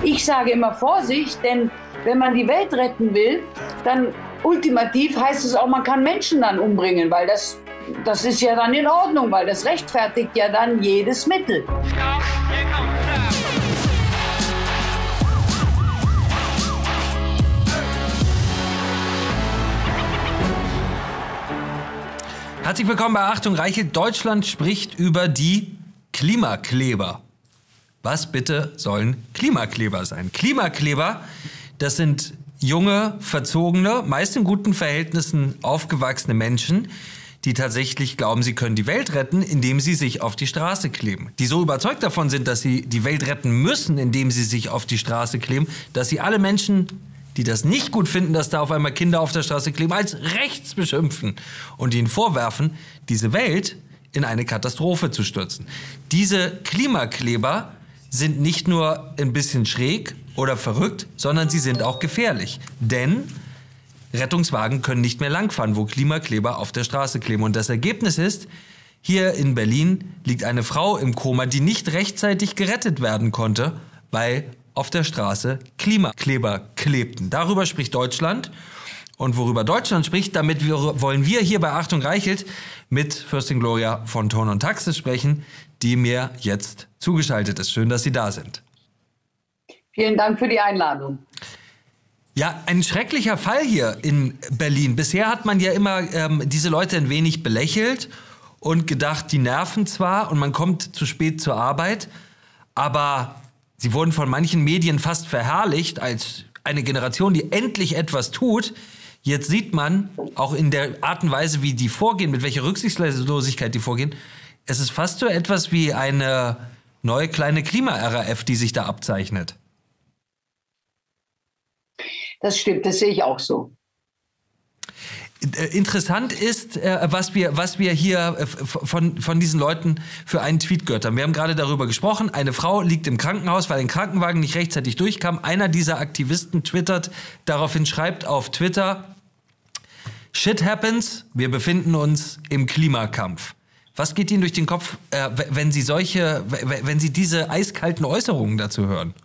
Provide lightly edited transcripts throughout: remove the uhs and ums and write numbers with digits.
Ich sage immer Vorsicht, denn wenn man die Welt retten will, dann ultimativ heißt es auch, man kann Menschen dann umbringen, weil das ist ja dann in Ordnung, weil das rechtfertigt ja dann jedes Mittel. Herzlich willkommen bei Achtung Reichelt. Deutschland spricht über die Klimakleber. Was bitte sollen Klimakleber sein? Klimakleber, das sind junge, verzogene, meist in guten Verhältnissen aufgewachsene Menschen, die tatsächlich glauben, sie können die Welt retten, indem sie sich auf die Straße kleben. Die so überzeugt davon sind, dass sie die Welt retten müssen, indem sie sich auf die Straße kleben, dass sie alle Menschen, die das nicht gut finden, dass da auf einmal Kinder auf der Straße kleben, als rechts beschimpfen und ihnen vorwerfen, diese Welt in eine Katastrophe zu stürzen. Diese Klimakleber sind nicht nur ein bisschen schräg oder verrückt, sondern sie sind auch gefährlich. Denn Rettungswagen können nicht mehr langfahren, wo Klimakleber auf der Straße kleben. Und das Ergebnis ist, hier in Berlin liegt eine Frau im Koma, die nicht rechtzeitig gerettet werden konnte, weil auf der Straße Klimakleber klebten. Darüber spricht Deutschland. Und worüber Deutschland spricht, wollen wir hier bei Achtung Reichelt mit Fürstin Gloria von Ton und Taxis sprechen, die mir jetzt zugeschaltet ist. Schön, dass Sie da sind. Vielen Dank für die Einladung. Ja, ein schrecklicher Fall hier in Berlin. Bisher hat man ja immer diese Leute ein wenig belächelt und gedacht, die nerven zwar und man kommt zu spät zur Arbeit, aber sie wurden von manchen Medien fast verherrlicht als eine Generation, die endlich etwas tut. Jetzt sieht man, auch in der Art und Weise, wie die vorgehen, mit welcher Rücksichtslosigkeit die vorgehen, es ist fast so etwas wie eine neue kleine Klima-RAF, die sich da abzeichnet. Das stimmt, das sehe ich auch so. Interessant ist, was wir hier von diesen Leuten für einen Tweet gehört haben. Wir haben gerade darüber gesprochen, eine Frau liegt im Krankenhaus, weil ein Krankenwagen nicht rechtzeitig durchkam. Einer dieser Aktivisten twittert, daraufhin schreibt auf Twitter, Shit happens, wir befinden uns im Klimakampf. Was geht Ihnen durch den Kopf, wenn Sie diese eiskalten Äußerungen dazu hören?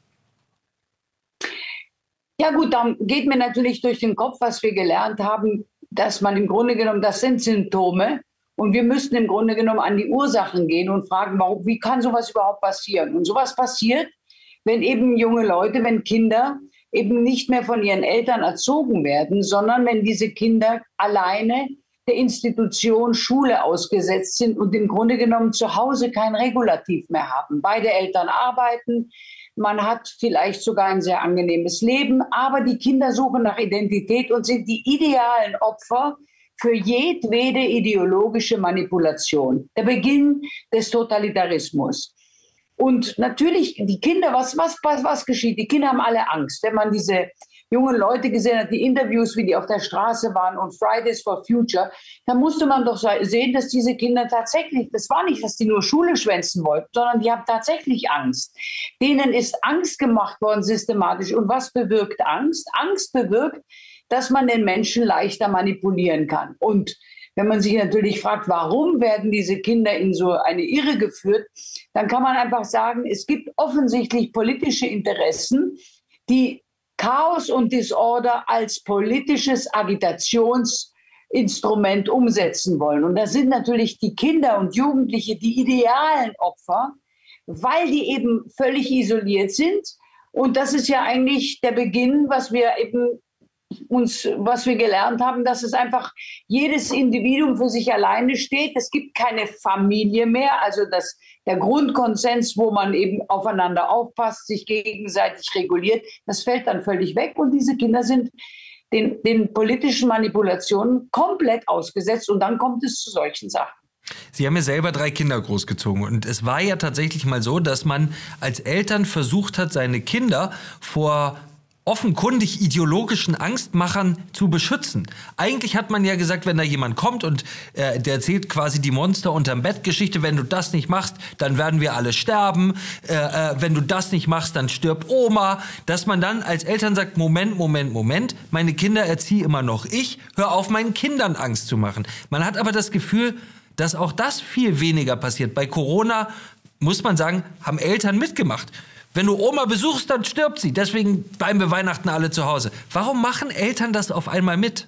Ja gut, dann geht mir natürlich durch den Kopf, was wir gelernt haben, dass man im Grunde genommen, das sind Symptome und wir müssten im Grunde genommen an die Ursachen gehen und fragen, warum, wie kann sowas überhaupt passieren? Und sowas passiert, wenn eben junge Leute, wenn Kinder eben nicht mehr von ihren Eltern erzogen werden, sondern wenn diese Kinder alleine der Institution Schule ausgesetzt sind und im Grunde genommen zu Hause kein Regulativ mehr haben. Beide Eltern arbeiten, man hat vielleicht sogar ein sehr angenehmes Leben, aber die Kinder suchen nach Identität und sind die idealen Opfer für jedwede ideologische Manipulation. Der Beginn des Totalitarismus. Und natürlich, die Kinder, was geschieht? Die Kinder haben alle Angst. Wenn man diese jungen Leute gesehen hat, die Interviews, wie die auf der Straße waren und Fridays for Future, dann musste man doch sehen, dass diese Kinder tatsächlich, das war nicht, dass die nur Schule schwänzen wollten, sondern die haben tatsächlich Angst. Denen ist Angst gemacht worden systematisch. Und was bewirkt Angst? Angst bewirkt, dass man den Menschen leichter manipulieren kann. Und wenn man sich natürlich fragt, warum werden diese Kinder in so eine Irre geführt, dann kann man einfach sagen, es gibt offensichtlich politische Interessen, die Chaos und Disorder als politisches Agitationsinstrument umsetzen wollen. Und da sind natürlich die Kinder und Jugendliche die idealen Opfer, weil die eben völlig isoliert sind. Und das ist ja eigentlich der Beginn, was wir gelernt haben, dass es einfach jedes Individuum für sich alleine steht. Es gibt keine Familie mehr, also der Grundkonsens, wo man eben aufeinander aufpasst, sich gegenseitig reguliert, das fällt dann völlig weg und diese Kinder sind den politischen Manipulationen komplett ausgesetzt und dann kommt es zu solchen Sachen. Sie haben ja selber 3 Kinder großgezogen und es war ja tatsächlich mal so, dass man als Eltern versucht hat, seine Kinder vor offenkundig ideologischen Angstmachern zu beschützen. Eigentlich hat man ja gesagt, wenn da jemand kommt und der erzählt quasi die Monster unterm Bett Geschichte, wenn du das nicht machst, dann werden wir alle sterben, wenn du das nicht machst, dann stirbt Oma, dass man dann als Eltern sagt, Moment, meine Kinder erziehe immer noch ich, hör auf, meinen Kindern Angst zu machen. Man hat aber das Gefühl, dass auch das viel weniger passiert. Bei Corona, muss man sagen, haben Eltern mitgemacht. Wenn du Oma besuchst, dann stirbt sie. Deswegen bleiben wir Weihnachten alle zu Hause. Warum machen Eltern das auf einmal mit?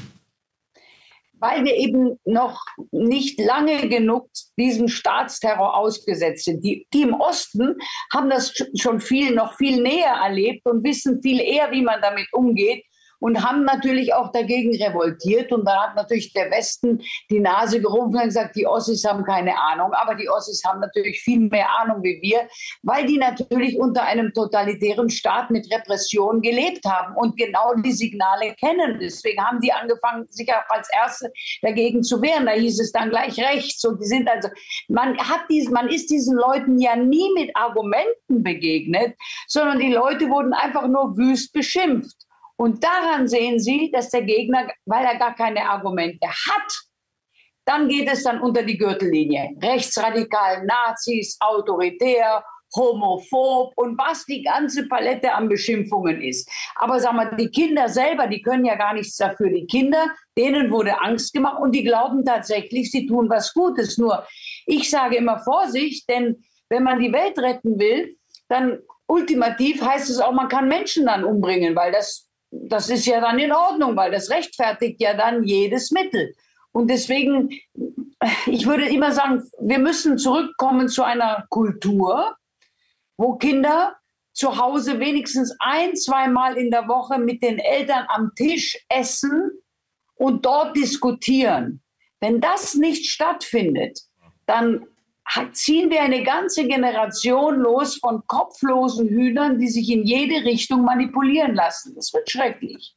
Weil wir eben noch nicht lange genug diesem Staatsterror ausgesetzt sind. Die im Osten haben das schon noch viel näher erlebt und wissen viel eher, wie man damit umgeht. Und haben natürlich auch dagegen revoltiert. Und da hat natürlich der Westen die Nase gerupft und gesagt, die Ossis haben keine Ahnung. Aber die Ossis haben natürlich viel mehr Ahnung wie wir, weil die natürlich unter einem totalitären Staat mit Repression gelebt haben und genau die Signale kennen. Deswegen haben die angefangen, sich auch als Erste dagegen zu wehren. Da hieß es dann gleich rechts. Und die sind also, man ist diesen Leuten ja nie mit Argumenten begegnet, sondern die Leute wurden einfach nur wüst beschimpft. Und daran sehen Sie, dass der Gegner, weil er gar keine Argumente hat, dann geht es dann unter die Gürtellinie. Rechtsradikal, Nazis, autoritär, homophob und was die ganze Palette an Beschimpfungen ist. Aber sagen wir, die Kinder selber, die können ja gar nichts dafür. Die Kinder, denen wurde Angst gemacht und die glauben tatsächlich, sie tun was Gutes. Nur, ich sage immer Vorsicht, denn wenn man die Welt retten will, dann ultimativ heißt es auch, man kann Menschen dann umbringen, weil das ist ja dann in Ordnung, weil das rechtfertigt ja dann jedes Mittel. Und deswegen, ich würde immer sagen, wir müssen zurückkommen zu einer Kultur, wo Kinder zu Hause wenigstens 1-2 Mal in der Woche mit den Eltern am Tisch essen und dort diskutieren. Wenn das nicht stattfindet, dann ziehen wir eine ganze Generation los von kopflosen Hühnern, die sich in jede Richtung manipulieren lassen. Das wird schrecklich.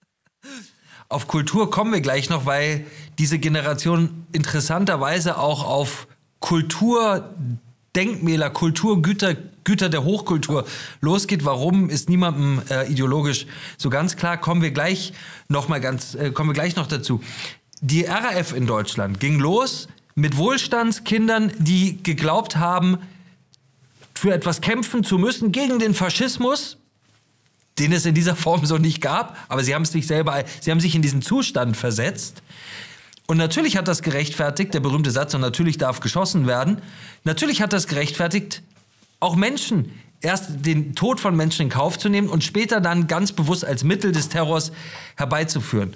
Auf Kultur kommen wir gleich noch, weil diese Generation interessanterweise auch auf Kulturdenkmäler, Kulturgüter der Hochkultur losgeht. Warum, ist niemandem ideologisch so ganz klar. Kommen wir gleich noch dazu. Die RAF in Deutschland ging los mit Wohlstandskindern, die geglaubt haben, für etwas kämpfen zu müssen gegen den Faschismus, den es in dieser Form so nicht gab, aber sie haben sich in diesen Zustand versetzt. Und natürlich hat das gerechtfertigt, der berühmte Satz, und natürlich darf geschossen werden, natürlich hat das gerechtfertigt, auch Menschen, erst den Tod von Menschen in Kauf zu nehmen und später dann ganz bewusst als Mittel des Terrors herbeizuführen.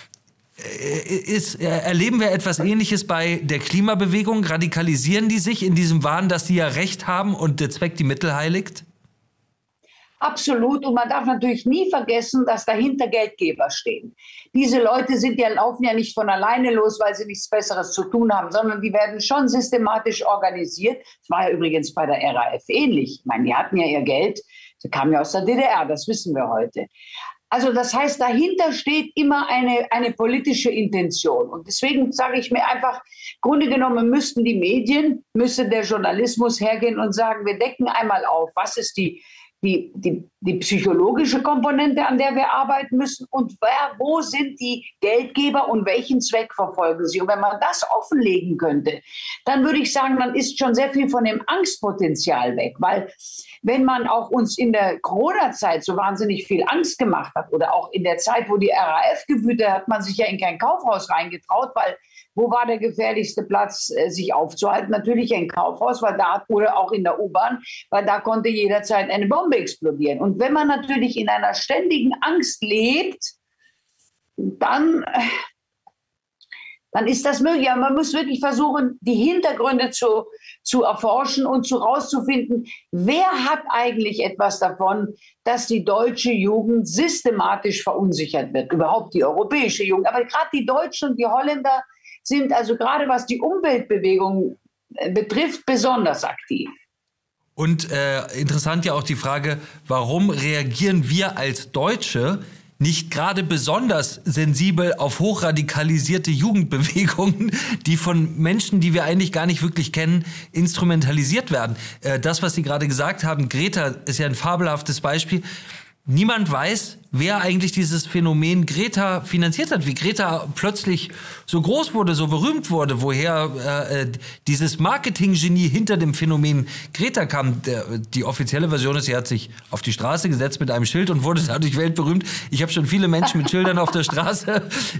Erleben wir etwas Ähnliches bei der Klimabewegung? Radikalisieren die sich in diesem Wahn, dass sie ja Recht haben und der Zweck die Mittel heiligt? Absolut. Und man darf natürlich nie vergessen, dass dahinter Geldgeber stehen. Diese Leute laufen ja nicht von alleine los, weil sie nichts Besseres zu tun haben, sondern die werden schon systematisch organisiert. Das war ja übrigens bei der RAF ähnlich. Ich meine, die hatten ja ihr Geld. Sie kamen ja aus der DDR, das wissen wir heute. Also das heißt, dahinter steht immer eine politische Intention. Und deswegen sage ich mir einfach, im Grunde genommen müsste der Journalismus hergehen und sagen, wir decken einmal auf, was ist die psychologische Komponente, an der wir arbeiten müssen und wo sind die Geldgeber und welchen Zweck verfolgen sie. Und wenn man das offenlegen könnte, dann würde ich sagen, dann ist schon sehr viel von dem Angstpotenzial weg, weil wenn man auch uns in der Corona-Zeit so wahnsinnig viel Angst gemacht hat oder auch in der Zeit, wo die RAF gewütet hat, man sich ja in kein Kaufhaus reingetraut, weil wo war der gefährlichste Platz, sich aufzuhalten? Natürlich ein Kaufhaus, oder auch in der U-Bahn, weil da konnte jederzeit eine Bombe explodieren. Und wenn man natürlich in einer ständigen Angst lebt, dann ist das möglich. Ja, man muss wirklich versuchen, die Hintergründe zu erforschen und herauszufinden, wer hat eigentlich etwas davon, dass die deutsche Jugend systematisch verunsichert wird. Überhaupt die europäische Jugend. Aber gerade die Deutschen und die Holländer sind also gerade was die Umweltbewegung betrifft, besonders aktiv. Und interessant ja auch die Frage, warum reagieren wir als Deutsche nicht gerade besonders sensibel auf hochradikalisierte Jugendbewegungen, die von Menschen, die wir eigentlich gar nicht wirklich kennen, instrumentalisiert werden. Das, was Sie gerade gesagt haben, Greta ist ja ein fabelhaftes Beispiel. Niemand weiß, wer eigentlich dieses Phänomen Greta finanziert hat, wie Greta plötzlich so groß wurde, so berühmt wurde, woher dieses Marketinggenie hinter dem Phänomen Greta kam. Die offizielle Version ist, sie hat sich auf die Straße gesetzt mit einem Schild und wurde dadurch weltberühmt. Ich habe schon viele Menschen mit Schildern auf der Straße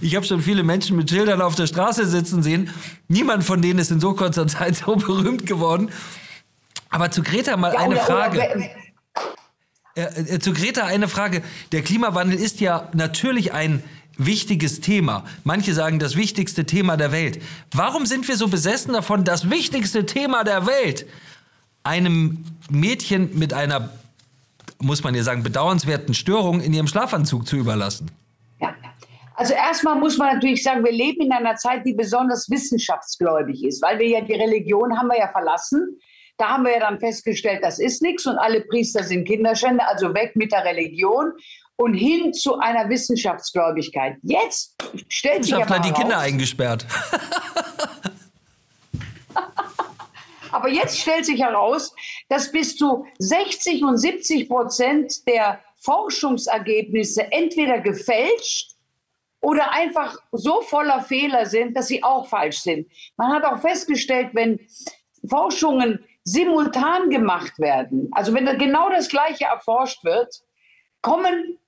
sitzen sehen. Niemand von denen ist in so kurzer Zeit so berühmt geworden. Aber zu Greta mal eine Frage. Zu Greta eine Frage. Der Klimawandel ist ja natürlich ein wichtiges Thema. Manche sagen, das wichtigste Thema der Welt. Warum sind wir so besessen davon, das wichtigste Thema der Welt einem Mädchen mit einer, muss man ja sagen, bedauernswerten Störung in ihrem Schlafanzug zu überlassen? Ja. Also erstmal muss man natürlich sagen, wir leben in einer Zeit, die besonders wissenschaftsgläubig ist, weil wir ja die Religion haben wir ja verlassen. Da haben wir ja dann festgestellt, das ist nichts und alle Priester sind Kinderschänder, also weg mit der Religion und hin zu einer Wissenschaftsgläubigkeit. Jetzt stellt sich aber die heraus, Kinder eingesperrt. aber jetzt stellt sich heraus, dass bis zu 60 und 70% der Forschungsergebnisse entweder gefälscht oder einfach so voller Fehler sind, dass sie auch falsch sind. Man hat auch festgestellt, wenn Forschungen simultan gemacht werden, also wenn genau das Gleiche erforscht wird, kommen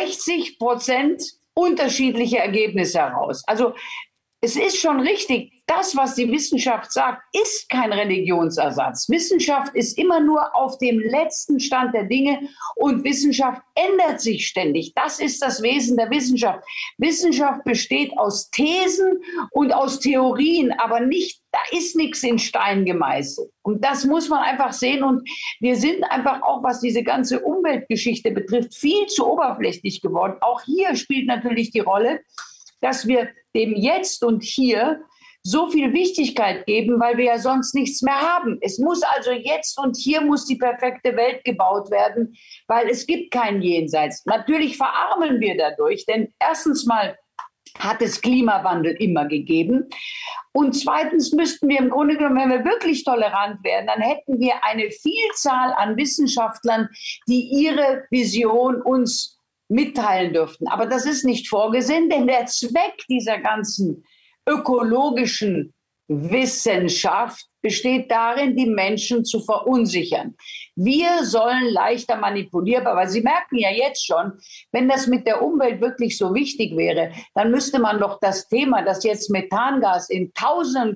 60% unterschiedliche Ergebnisse heraus. Also es ist schon richtig, das, was die Wissenschaft sagt, ist kein Religionsersatz. Wissenschaft ist immer nur auf dem letzten Stand der Dinge und Wissenschaft ändert sich ständig. Das ist das Wesen der Wissenschaft. Wissenschaft besteht aus Thesen und aus Theorien, aber nicht, da ist nichts in Stein gemeißelt. Und das muss man einfach sehen. Und wir sind einfach auch, was diese ganze Umweltgeschichte betrifft, viel zu oberflächlich geworden. Auch hier spielt natürlich die Rolle, dass wir dem Jetzt und Hier so viel Wichtigkeit geben, weil wir ja sonst nichts mehr haben. Es muss also jetzt und hier muss die perfekte Welt gebaut werden, weil es gibt kein Jenseits. Natürlich verarmen wir dadurch, denn erstens mal hat es Klimawandel immer gegeben. Und zweitens müssten wir im Grunde genommen, wenn wir wirklich tolerant wären, dann hätten wir eine Vielzahl an Wissenschaftlern, die ihre Vision uns mitteilen dürften. Aber das ist nicht vorgesehen, denn der Zweck dieser ganzen ökologischen Wissenschaft besteht darin, die Menschen zu verunsichern. Wir sollen leichter manipulierbar, weil Sie merken ja jetzt schon, wenn das mit der Umwelt wirklich so wichtig wäre, dann müsste man doch das Thema, dass jetzt Methangas in tausenden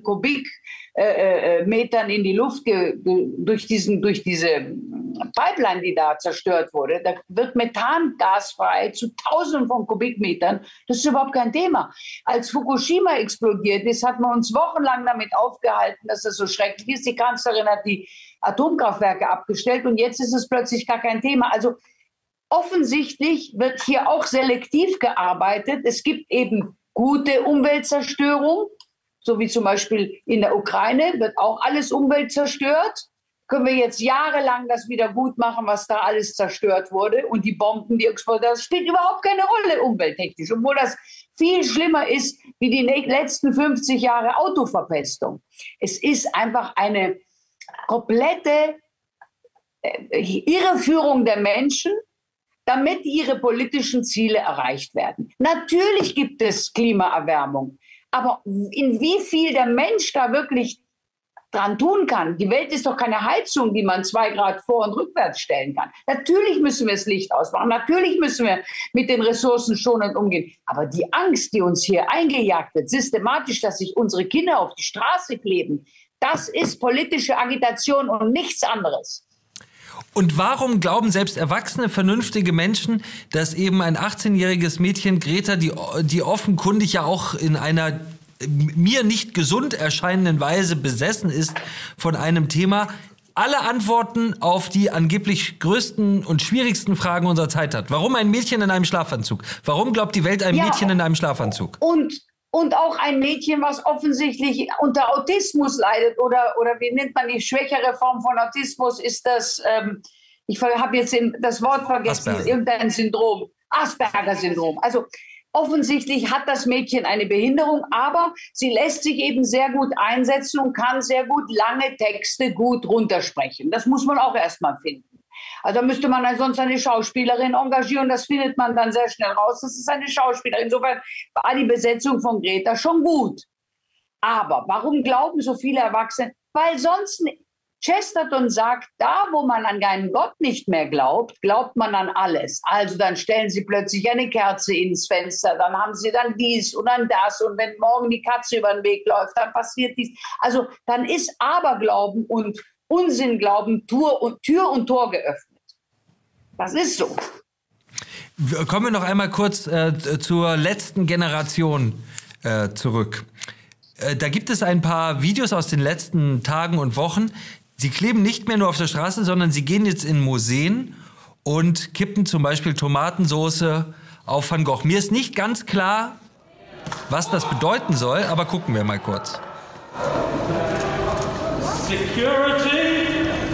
Kubikmetern in die Luft durch diese Pipeline, die da zerstört wurde, da wird Methangas frei zu tausenden von Kubikmetern. Das ist überhaupt kein Thema. Als Fukushima explodiert ist, hat man uns wochenlang damit aufgehalten, dass das so schrecklich ist. Die Kanzlerin hat die Atomkraftwerke abgestellt und jetzt ist es plötzlich gar kein Thema. Also offensichtlich wird hier auch selektiv gearbeitet. Es gibt eben gute Umweltzerstörung, so wie zum Beispiel in der Ukraine wird auch alles Umwelt zerstört. Können wir jetzt jahrelang das wieder gut machen, was da alles zerstört wurde und die Bomben, die explodiert, das spielt überhaupt keine Rolle umwelttechnisch, obwohl das viel schlimmer ist wie die letzten 50 Jahre Autoverpestung. Es ist einfach eine komplette Irreführung der Menschen, damit ihre politischen Ziele erreicht werden. Natürlich gibt es Klimaerwärmung, aber in wie viel der Mensch da wirklich dran tun kann. Die Welt ist doch keine Heizung, die man 2 Grad vor- und rückwärts stellen kann. Natürlich müssen wir das Licht ausmachen. Natürlich müssen wir mit den Ressourcen schonend umgehen. Aber die Angst, die uns hier eingejagt wird, systematisch, dass sich unsere Kinder auf die Straße kleben, das ist politische Agitation und nichts anderes. Und warum glauben selbst erwachsene, vernünftige Menschen, dass eben ein 18-jähriges Mädchen, Greta, die offenkundig ja auch in einer mir nicht gesund erscheinenden Weise besessen ist von einem Thema, alle Antworten auf die angeblich größten und schwierigsten Fragen unserer Zeit hat? Warum ein Mädchen in einem Schlafanzug? Warum glaubt die Welt einem Mädchen in einem Schlafanzug? Und auch ein Mädchen, was offensichtlich unter Autismus leidet oder wie nennt man die schwächere Form von Autismus, ist das, ich habe jetzt das Wort vergessen, irgendein Syndrom, Asperger-Syndrom. Also offensichtlich hat das Mädchen eine Behinderung, aber sie lässt sich eben sehr gut einsetzen und kann sehr gut lange Texte gut runtersprechen. Das muss man auch erst mal finden. Also da müsste man sonst eine Schauspielerin engagieren. Das findet man dann sehr schnell raus. Das ist eine Schauspielerin. Insofern war die Besetzung von Greta schon gut. Aber warum glauben so viele Erwachsene? Weil sonst Chesterton sagt, da wo man an einen Gott nicht mehr glaubt, glaubt man an alles. Also dann stellen sie plötzlich eine Kerze ins Fenster, dann haben sie dann dies und dann das und wenn morgen die Katze über den Weg läuft, dann passiert dies. Also dann ist Aberglauben und Unsinnglauben Tür und Tor geöffnet. Das ist so. Kommen wir noch einmal kurz zur letzten Generation zurück. Da gibt es ein paar Videos aus den letzten Tagen und Wochen. Sie kleben nicht mehr nur auf der Straße, sondern sie gehen jetzt in Museen und kippen zum Beispiel Tomatensoße auf Van Gogh. Mir ist nicht ganz klar, was das bedeuten soll, aber gucken wir mal kurz. Security.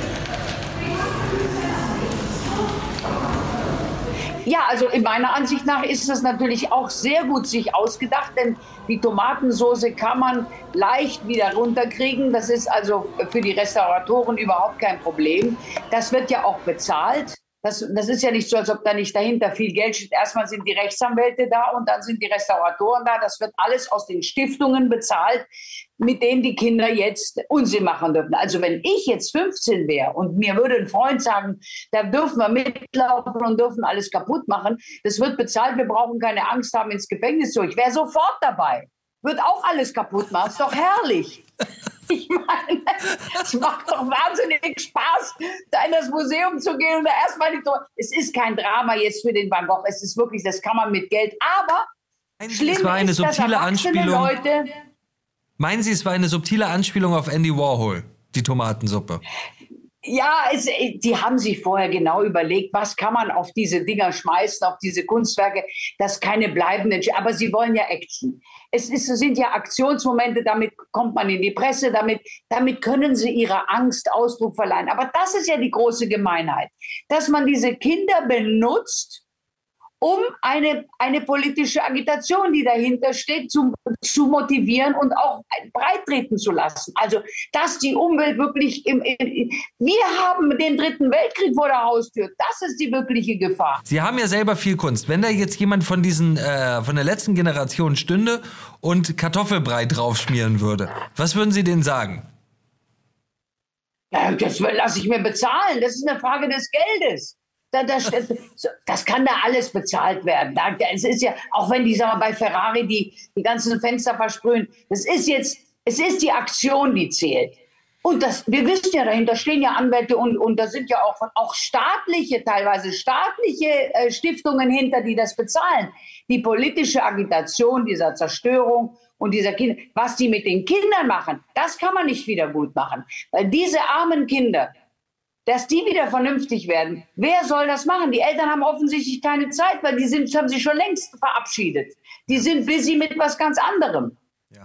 Ja, also in meiner Ansicht nach ist das natürlich auch sehr gut sich ausgedacht, denn die Tomatensoße kann man leicht wieder runterkriegen. Das ist also für die Restauratoren überhaupt kein Problem. Das wird ja auch bezahlt. Das ist ja nicht so, als ob da nicht dahinter viel Geld steht. Erstmal sind die Rechtsanwälte da und dann sind die Restauratoren da. Das wird alles aus den Stiftungen bezahlt, mit denen die Kinder jetzt Unsinn machen dürfen. Also wenn ich jetzt 15 wäre und mir würde ein Freund sagen, da dürfen wir mitlaufen und dürfen alles kaputt machen, das wird bezahlt, wir brauchen keine Angst haben, ins Gefängnis zu. Ich wäre sofort dabei. Wird auch alles kaputt machen, ist doch herrlich. Ich meine, es macht doch wahnsinnig Spaß, da in das Museum zu gehen und da erstmal die Tore. Es ist kein Drama jetzt für den Van Gogh. Es ist wirklich, das kann man mit Geld. Aber schlimm es war eine ist, dass subtile erwachsene Anspielung. Leute. Meinen Sie, es war eine subtile Anspielung auf Andy Warhol, die Tomatensuppe? Ja, die haben sich vorher genau überlegt, was kann man auf diese Dinger schmeißen, auf diese Kunstwerke, das keine bleibenden, aber sie wollen ja Action. Sind ja Aktionsmomente, damit kommt man in die Presse, damit können sie ihrer Angst Ausdruck verleihen. Aber das ist ja die große Gemeinheit, dass man diese Kinder benutzt, um eine politische Agitation, die dahinter steht, zu motivieren und auch breit treten zu lassen. Also, dass die Umwelt wirklich wir haben den Dritten Weltkrieg vor der Haustür. Das ist die wirkliche Gefahr. Sie haben ja selber viel Kunst. Wenn da jetzt jemand von diesen, von der letzten Generation stünde und Kartoffelbrei draufschmieren würde, was würden Sie denen sagen? Ja, das lasse ich mir bezahlen. Das ist eine Frage des Geldes. Das kann da alles bezahlt werden. Es ist ja, auch wenn die, sagen wir, bei Ferrari die ganzen Fenster versprühen, es ist die Aktion, die zählt. Und wir wissen ja, dahinter stehen ja Anwälte und da sind ja auch teilweise staatliche Stiftungen hinter, die das bezahlen. Die politische Agitation dieser Zerstörung und dieser Kinder, was die mit den Kindern machen, das kann man nicht wieder gut machen. Weil diese armen Kinder, dass die wieder vernünftig werden. Wer soll das machen? Die Eltern haben offensichtlich keine Zeit, weil haben sich schon längst verabschiedet. Die sind busy mit was ganz anderem. Ja.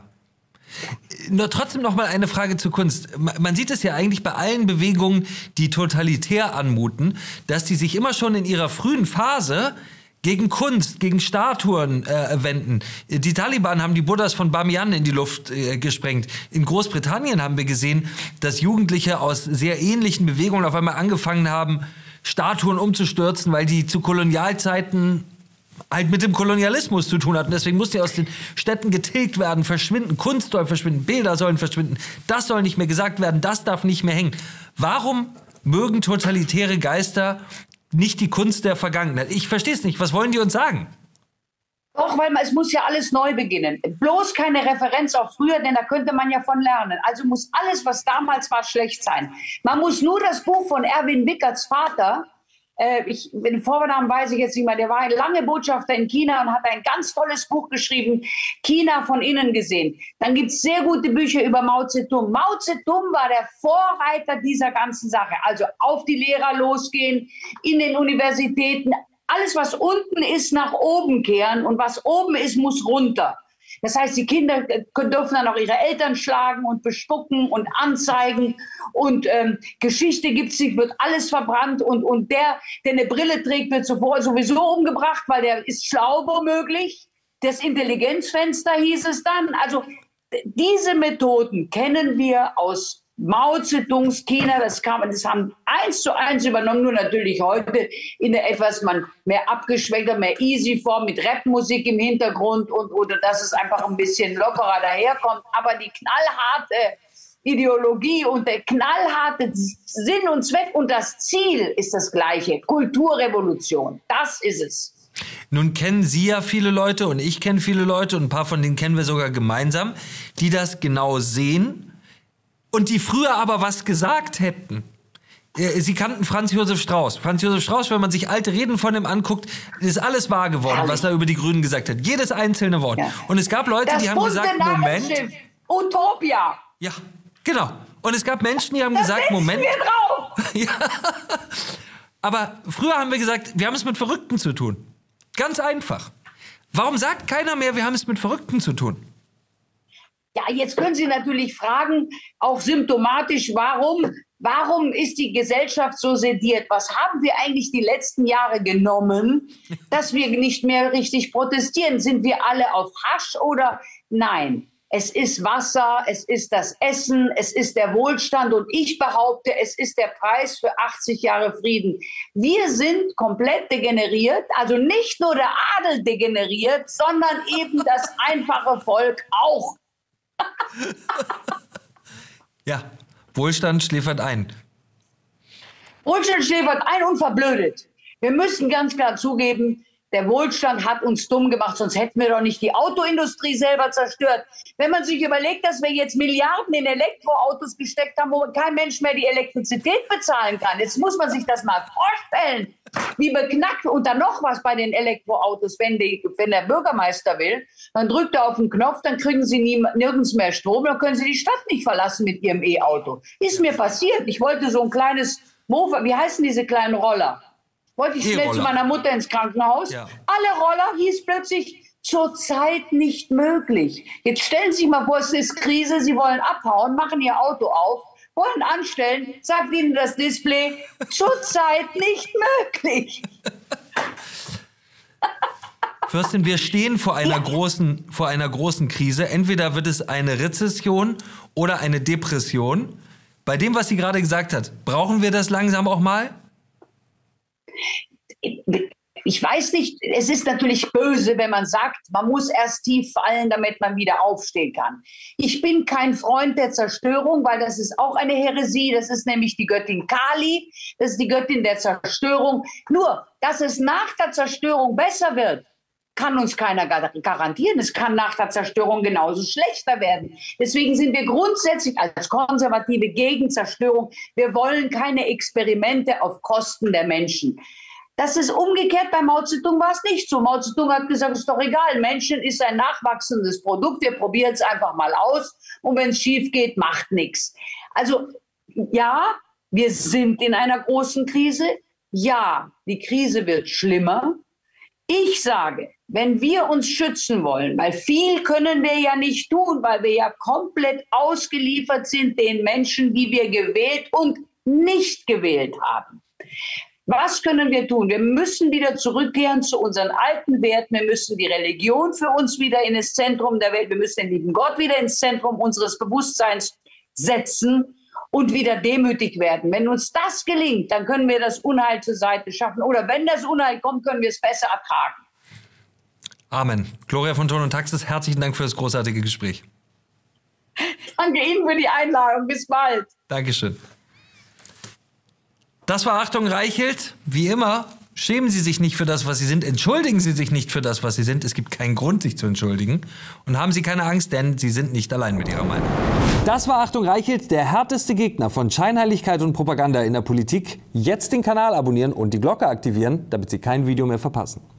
Nur trotzdem noch mal eine Frage zur Kunst. Man sieht es ja eigentlich bei allen Bewegungen, die totalitär anmuten, dass die sich immer schon in ihrer frühen Phase gegen Kunst, gegen Statuen wenden. Die Taliban haben die Buddhas von Bamiyan in die Luft gesprengt. In Großbritannien haben wir gesehen, dass Jugendliche aus sehr ähnlichen Bewegungen auf einmal angefangen haben, Statuen umzustürzen, weil die zu Kolonialzeiten halt mit dem Kolonialismus zu tun hatten. Deswegen muss die aus den Städten getilgt werden, verschwinden, Kunst soll verschwinden, Bilder sollen verschwinden. Das soll nicht mehr gesagt werden, das darf nicht mehr hängen. Warum mögen totalitäre Geister nicht die Kunst der Vergangenheit? Ich verstehe es nicht. Was wollen die uns sagen? Doch, weil es muss ja alles neu beginnen. Bloß keine Referenz auf früher, denn da könnte man ja von lernen. Also muss alles, was damals war, schlecht sein. Man muss nur das Buch von Erwin Wickerts Vater, den Vornamen weiß ich jetzt nicht mehr, der war ein lange Botschafter in China und hat ein ganz tolles Buch geschrieben, China von innen gesehen. Dann gibt es sehr gute Bücher über Mao Zedong. Mao Zedong war der Vorreiter dieser ganzen Sache. Also auf die Lehrer losgehen, in den Universitäten, alles, was unten ist, nach oben kehren und was oben ist, muss runter. Das heißt, die Kinder dürfen dann auch ihre Eltern schlagen und bespucken und anzeigen und Geschichte gibt's nicht, wird alles verbrannt und der eine Brille trägt, wird sowieso umgebracht, weil der ist schlau womöglich. Das Intelligenzfenster hieß es dann. Also diese Methoden kennen wir aus Mao Zedongs China, das haben 1:1 übernommen, nur natürlich heute in der etwas mehr abgeschwächter, mehr easy Form mit Rapmusik im Hintergrund oder dass es einfach ein bisschen lockerer daherkommt. Aber die knallharte Ideologie und der knallharte Sinn und Zweck und das Ziel ist das gleiche. Kulturrevolution, das ist es. Nun kennen Sie ja viele Leute und ich kenne viele Leute und ein paar von denen kennen wir sogar gemeinsam, die das genau sehen und die früher aber was gesagt hätten. Sie kannten Franz Josef Strauß. Franz Josef Strauß, wenn man sich alte Reden von ihm anguckt, ist alles wahr geworden, was er über die Grünen gesagt hat. Jedes einzelne Wort. Ja. Und es gab Leute, die haben gesagt, Moment. Utopia. Ja, genau. Und es gab Menschen, die haben gesagt, Moment. Wir drauf. Ja. Aber früher haben wir gesagt, wir haben es mit Verrückten zu tun. Ganz einfach. Warum sagt keiner mehr, wir haben es mit Verrückten zu tun? Ja, jetzt können Sie natürlich fragen, auch symptomatisch, warum ist die Gesellschaft so sediert? Was haben wir eigentlich die letzten Jahre genommen, dass wir nicht mehr richtig protestieren? Sind wir alle auf Hasch oder nein? Es ist Wasser, es ist das Essen, es ist der Wohlstand und ich behaupte, es ist der Preis für 80 Jahre Frieden. Wir sind komplett degeneriert, also nicht nur der Adel degeneriert, sondern eben das einfache Volk auch. Ja, Wohlstand schläfert ein. Wohlstand schläfert ein und verblödet. Wir müssen ganz klar zugeben, der Wohlstand hat uns dumm gemacht, sonst hätten wir doch nicht die Autoindustrie selber zerstört. Wenn man sich überlegt, dass wir jetzt Milliarden in Elektroautos gesteckt haben, wo kein Mensch mehr die Elektrizität bezahlen kann. Jetzt muss man sich das mal vorstellen, wie beknackt. Und dann noch was bei den Elektroautos, wenn der Bürgermeister will, dann drückt er auf den Knopf, dann kriegen sie nirgends mehr Strom, dann können sie die Stadt nicht verlassen mit ihrem E-Auto. Ist mir passiert. Ich wollte so ein kleines Mofa, wie heißen diese kleinen Roller? Wollte ich schnell zu meiner Mutter ins Krankenhaus. Ja. Alle Roller hieß plötzlich zurzeit nicht möglich. Jetzt stellen Sie sich mal vor, es ist Krise, Sie wollen abhauen, machen Ihr Auto auf, wollen anstellen, sagt Ihnen das Display, zurzeit nicht möglich. Fürstin, wir stehen vor einer großen Krise. Entweder wird es eine Rezession oder eine Depression. Bei dem, was sie gerade gesagt hat, brauchen wir das langsam auch mal? Ich weiß nicht, es ist natürlich böse, wenn man sagt, man muss erst tief fallen, damit man wieder aufstehen kann. Ich bin kein Freund der Zerstörung, weil das ist auch eine Häresie. Das ist nämlich die Göttin Kali, das ist die Göttin der Zerstörung. Nur, dass es nach der Zerstörung besser wird, kann uns keiner garantieren. Es kann nach der Zerstörung genauso schlechter werden. Deswegen sind wir grundsätzlich als Konservative gegen Zerstörung. Wir wollen keine Experimente auf Kosten der Menschen. Das ist umgekehrt, bei Mao Zedong war es nicht so. Mao Zedong hat gesagt, es ist doch egal, Menschen ist ein nachwachsendes Produkt, wir probieren es einfach mal aus und wenn es schief geht, macht nichts. Also ja, wir sind in einer großen Krise. Ja, die Krise wird schlimmer. Ich sage, wenn wir uns schützen wollen, weil viel können wir ja nicht tun, weil wir ja komplett ausgeliefert sind den Menschen, die wir gewählt und nicht gewählt haben. Was können wir tun? Wir müssen wieder zurückkehren zu unseren alten Werten. Wir müssen die Religion für uns wieder in das Zentrum der Welt, wir müssen den lieben Gott wieder ins Zentrum unseres Bewusstseins setzen und wieder demütig werden. Wenn uns das gelingt, dann können wir das Unheil zur Seite schaffen. Oder wenn das Unheil kommt, können wir es besser ertragen. Amen. Gloria von Thon und Taxis, herzlichen Dank für das großartige Gespräch. Danke Ihnen für die Einladung. Bis bald. Dankeschön. Das war Achtung Reichelt. Wie immer, schämen Sie sich nicht für das, was Sie sind. Entschuldigen Sie sich nicht für das, was Sie sind. Es gibt keinen Grund, sich zu entschuldigen. Und haben Sie keine Angst, denn Sie sind nicht allein mit Ihrer Meinung. Das war Achtung Reichelt, der härteste Gegner von Scheinheiligkeit und Propaganda in der Politik. Jetzt den Kanal abonnieren und die Glocke aktivieren, damit Sie kein Video mehr verpassen.